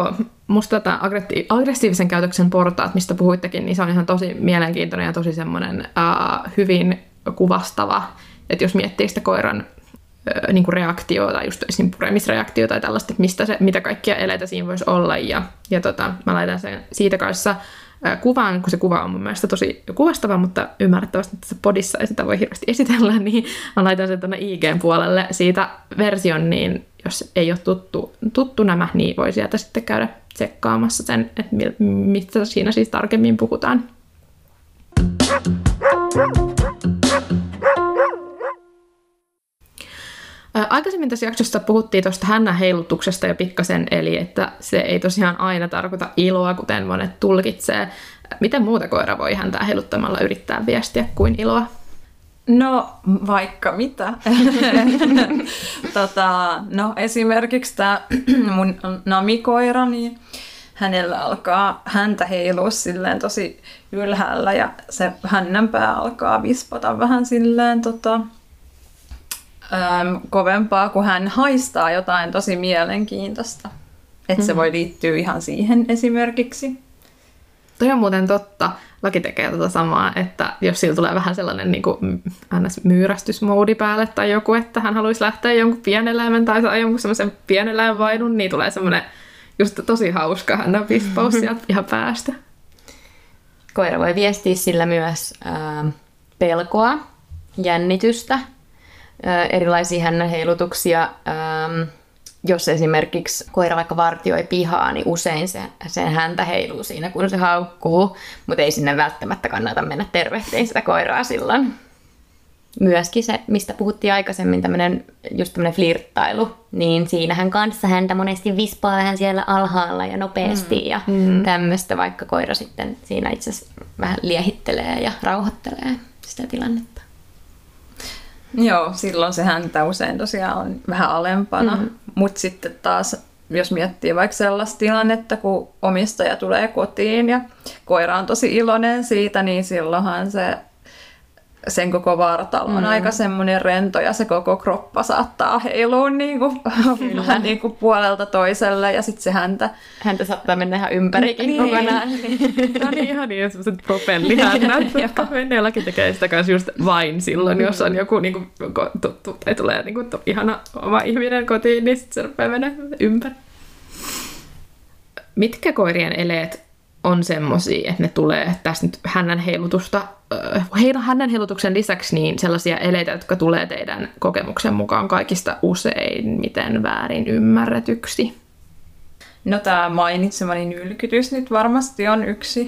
musta aggressiivisen käytöksen portaat, mistä puhuittekin, niin se on ihan tosi mielenkiintoinen ja tosi semmoinen hyvin kuvastava, että jos miettii sitä koiran niin kuin reaktiota, just esim. Puremisreaktio tai tällaista, että mitä kaikkia eleitä siinä voisi olla. Ja mä laitan sen siitä kanssa kuvaan, kun se kuva on mun mielestä tosi kuvastava, mutta ymmärrettävästi tässä podissa ei sitä voi hirveästi esitellä, niin mä laitan sen tuonne IG:n-puolelle siitä version, niin jos ei ole tuttu nämä, niin voi sieltä sitten käydä tsekkaamassa sen, että mistä siinä siis tarkemmin puhutaan. Aikaisemmin tässä jaksossa puhuttiin tuosta hännän heilutuksesta jo pikkasen, eli että se ei tosiaan aina tarkoita iloa, kuten monet tulkitsee. Miten muuta koira voi häntää heiluttamalla yrittää viestiä kuin iloa? No, vaikka mitä. No, esimerkiksi tämä mun Nami-koira, niin hänellä alkaa häntä heilua silleen tosi ylhäällä ja se hännänpää alkaa vispata vähän silleen kovempaa, kun hän haistaa jotain tosi mielenkiintoista. Että se voi liittyä ihan siihen esimerkiksi. Toi on muuten totta. Laki tekee tota samaa, että jos sillä tulee vähän sellainen niin kuin myyrästysmoodi päälle tai joku, että hän haluaisi lähteä jonkun pieneläimen tai saa jonkun semmoisen pieneläinvaidun, niin tulee semmoinen just tosi hauska hännän vispaus sieltä ihan päästä. Koira voi viestiä sillä myös pelkoa, jännitystä, erilaisia hännän heilutuksia. Jos esimerkiksi koira vaikka vartioi pihaa, niin usein sen häntä heiluu siinä, kun se haukkuu, mutta ei sinne välttämättä kannata mennä tervehtiin sitä koiraa silloin. Myöskin se, mistä puhuttiin aikaisemmin, just tämmöinen flirttailu, niin siinähän kanssa häntä monesti vispaa vähän siellä alhaalla ja nopeasti ja tämmöistä, vaikka koira sitten siinä itse asiassa vähän liehittelee ja rauhoittelee sitä tilannetta. Joo, silloin se häntä usein tosiaan on vähän alempana, mutta sitten taas, jos miettii vaikka sellaista tilannetta, kun omistaja tulee kotiin ja koira on tosi iloinen siitä, niin silloinhan sen koko vartalo on aika semmoinen rento ja se koko kroppa saattaa heilua niin kuin puolelta toiselle ja sitten se häntä saattaa mennä ihan ympärikin kokonaan. Tämä on ihan niin sellaiset propellihännät, jotka menee. Laki tekee sitä kanssa just vain silloin, jos on joku niin kuin, tuttu tai tulee niin kuin, ihana oma ihminen kotiin, niin sitten se rupeaa mennä ympäri. Mitkä koirien eleet on semmosia, että ne tulee tässä nyt hännän heilutuksen lisäksi niin sellaisia eleitä, jotka tulee teidän kokemuksen mukaan kaikista useimmiten väärin ymmärretyksi? No tämä mainitsemani nylkytys nyt varmasti on yksi.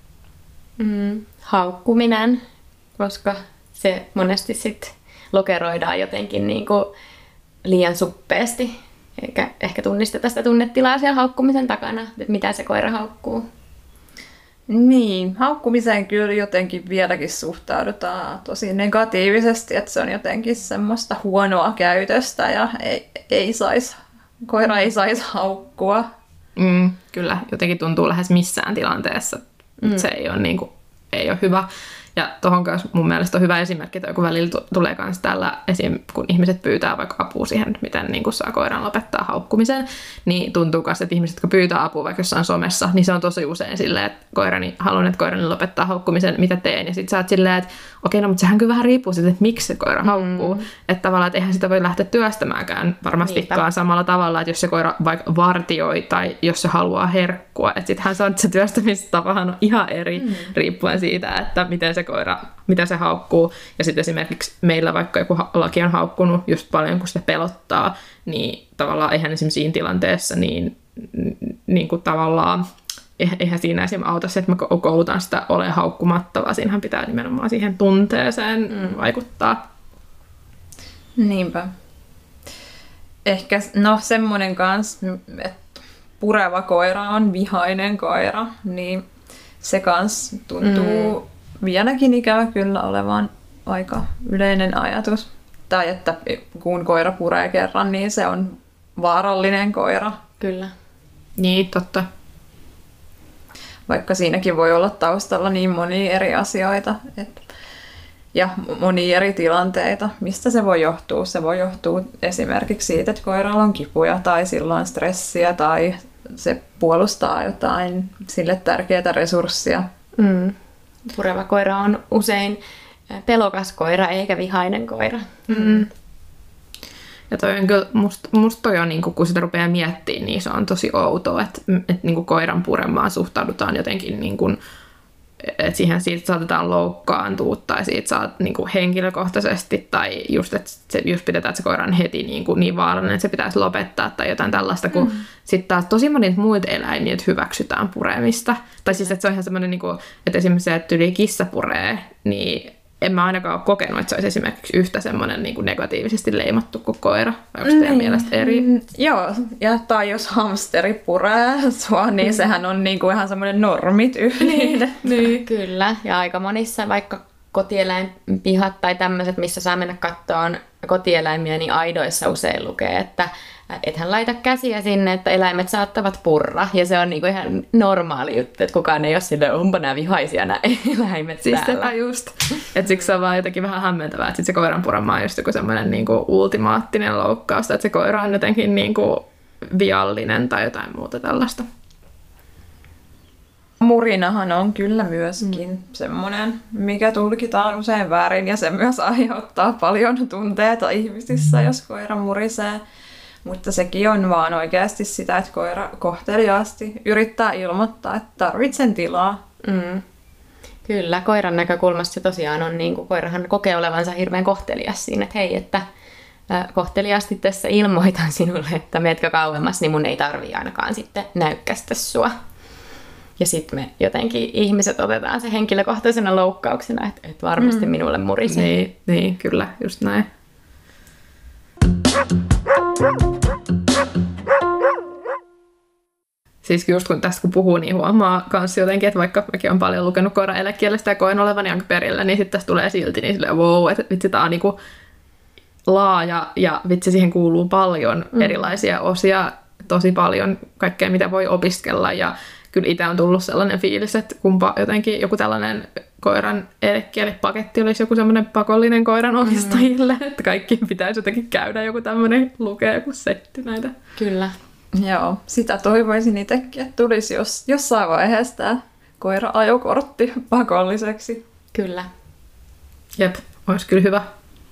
Haukkuminen, koska se monesti sitten lokeroidaan jotenkin niinku liian suppeasti, eikä ehkä tunnisteta sitä tunnetilaa siellä haukkumisen takana, että mitä se koira haukkuu. Niin, haukkumiseen kyllä jotenkin vieläkin suhtaudutaan tosi negatiivisesti, että se on jotenkin semmoista huonoa käytöstä ja koira ei saisi haukkua. Kyllä, jotenkin tuntuu lähes missään tilanteessa, että se ei ole hyvä. Ja tuohon kanssa mun mielestä on hyvä esimerkki, että joku välillä tulee myös tällä esim. Kun ihmiset pyytää vaikka apua siihen, miten niin kun saa koiran lopettaa haukkumisen, niin tuntuu myös, että ihmiset, jotka pyytää apua vaikka jossain somessa, niin se on tosi usein silleen, että haluan, että koirani lopettaa haukkumisen, mitä teen. Ja sitten sä oot silleen, että okei, no mutta sehän kyllä vähän riippuu siitä, että miksi se koira haukkuu. Että tavallaan, että eihän sitä voi lähteä työstämäänkään varmastikaan samalla tavalla, että jos se koira vaikka vartioi tai jos se haluaa herkkua, että sittenhän se työstämistapahan on ihan eri riippuen siitä, että miten se koira, mitä se haukkuu. Ja sitten esimerkiksi meillä vaikka joku laki on haukkunut just paljon, kun sitä pelottaa, niin tavallaan eihän esimerkiksi siinä tilanteessa niin kuin tavallaan eihän siinä esimerkiksi auta se, että mä koulutan sitä ole haukkumatta, vaan siinähän pitää nimenomaan siihen tunteeseen vaikuttaa. Niinpä. Ehkä semmoinen kanssa, että pureva koira on vihainen koira, niin se kanssa tuntuu vieläkin ikävä kyllä olevan aika yleinen ajatus. Tai että kun koira puree kerran, niin se on vaarallinen koira. Kyllä. Niin, totta. Vaikka siinäkin voi olla taustalla niin monia eri asioita ja monia eri tilanteita. Mistä se voi johtua? Se voi johtua esimerkiksi siitä, että koiralla on kipuja tai sillä on stressiä tai se puolustaa jotain sille tärkeää resurssia. Pureva koira on usein pelokas koira eikä vihainen koira. Ja toi on kyllä, musta toi on, niin kun sitä rupeaa miettimään, niin se on tosi outoa, että niin koiran puremaan suhtaudutaan jotenkin, niin kun, että siitä saatetaan loukkaantua tai siitä saat niin henkilökohtaisesti tai just, että se just pidetään, että se koira on heti niin vaarallinen, että se pitäisi lopettaa tai jotain tällaista, kun sitten taas tosi monet muut eläimet hyväksytään puremista. Tai siis, että se on ihan semmoinen, niin kuin, että esimerkiksi se, että yli kissa puree, niin en mä ainakaan ole kokenut, että se olisi esimerkiksi yhtä semmoinen niin kuin negatiivisesti leimattu kuin koira. Vai onko teidän mielestä eri? Joo, tai jos hamsteri puree sua, niin sehän on niin kuin ihan semmoinen normit yhdin. Niin. Kyllä, ja aika monissa vaikka kotieläinpihat tai tämmöiset, missä saa mennä kattoon kotieläimiä, niin aidoissa usein lukee, että ethän laita käsiä sinne, että eläimet saattavat purra. Ja se on niinku ihan normaali juttu, että kukaan ei ole silleen, onpa nämä vihaisia nämä eläimet siis täällä. Sepä just. Että siksi se on vaan jotenkin vähän hämmentävää, että sit se koiran purema on just joku semmoinen niinku ultimaattinen loukkaus, että se koira on jotenkin niinku viallinen tai jotain muuta tällaista. Murinahan on kyllä myöskin semmoinen, mikä tulkitaan usein väärin ja se myös aiheuttaa paljon tunteita ihmisissä, jos koira murisee. Mutta sekin on vaan oikeasti sitä, että koira kohteliaasti yrittää ilmoittaa, että tarvitsen tilaa. Kyllä, koiran näkökulmasta se tosiaan on, niin kuin koirahan kokee olevansa hirveän kohtelias siinä, että hei, että kohteliaasti tässä ilmoitan sinulle, että meetkö kauemmas, niin mun ei tarvii ainakaan sitten näykkästä sua. Ja sitten me jotenkin ihmiset otetaan se henkilökohtaisena loukkauksena, että varmasti minulle murisee. Niin, kyllä, just näin. Siis just kun tästä kun puhuu, niin huomaa kans jotenkin, että vaikka mäkin olen paljon lukenut koiran eläkkielestä ja koen olevani jonkin perillä, niin sitten tästä tulee silti niin silleen, wow, että vitsi, tää on niinku laaja ja vitsi, siihen kuuluu paljon erilaisia osia, tosi paljon kaikkea, mitä voi opiskella ja kyllä itse on tullut sellainen fiilis, että kumpa jotenkin joku tällainen koiran eläkkielipaketti olisi joku semmoinen pakollinen koiran omistajille, että kaikki pitäisi jotenkin käydä joku tämmöinen, lukea joku setti näitä. Kyllä. Joo, sitä toivoisin itsekin, että tulisi jossain vaiheessa tämä koira-ajokortti pakolliseksi. Kyllä. Jep, olisi kyllä hyvä.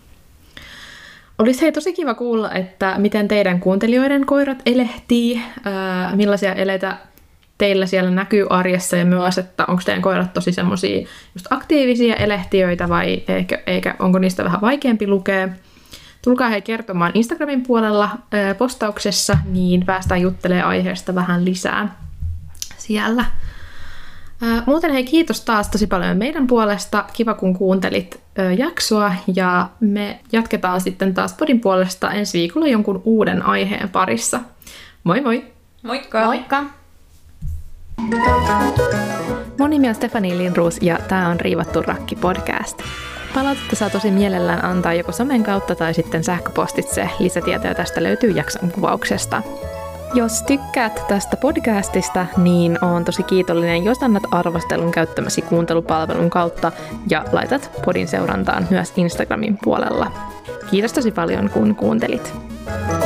Olisi tosi kiva kuulla, että miten teidän kuuntelijoiden koirat elehtii, millaisia eleitä teillä siellä näkyy arjessa ja myös, että onko teidän koirat tosi semmoisia just aktiivisia elehtiöitä vai eikä onko niistä vähän vaikeampi lukea. Tulkaa hei kertomaan Instagramin puolella postauksessa, niin päästään juttelemaan aiheesta vähän lisää siellä. Muuten hei, kiitos taas tosi paljon meidän puolesta. Kiva kun kuuntelit jaksoa ja me jatketaan sitten taas podin puolesta ensi viikolla jonkun uuden aiheen parissa. Moi moi! Moikka! Moikka! Mun nimi on Stefanie Lindroos ja tää on Riivattu Rakki podcast. Palautetta saa tosi mielellään antaa joko somen kautta tai sitten sähköpostitse. Lisätietoja tästä löytyy jakson kuvauksesta. Jos tykkäät tästä podcastista, niin oon tosi kiitollinen, jos annat arvostelun käyttämäsi kuuntelupalvelun kautta ja laitat podin seurantaan myös Instagramin puolella. Kiitos tosi paljon, kun kuuntelit.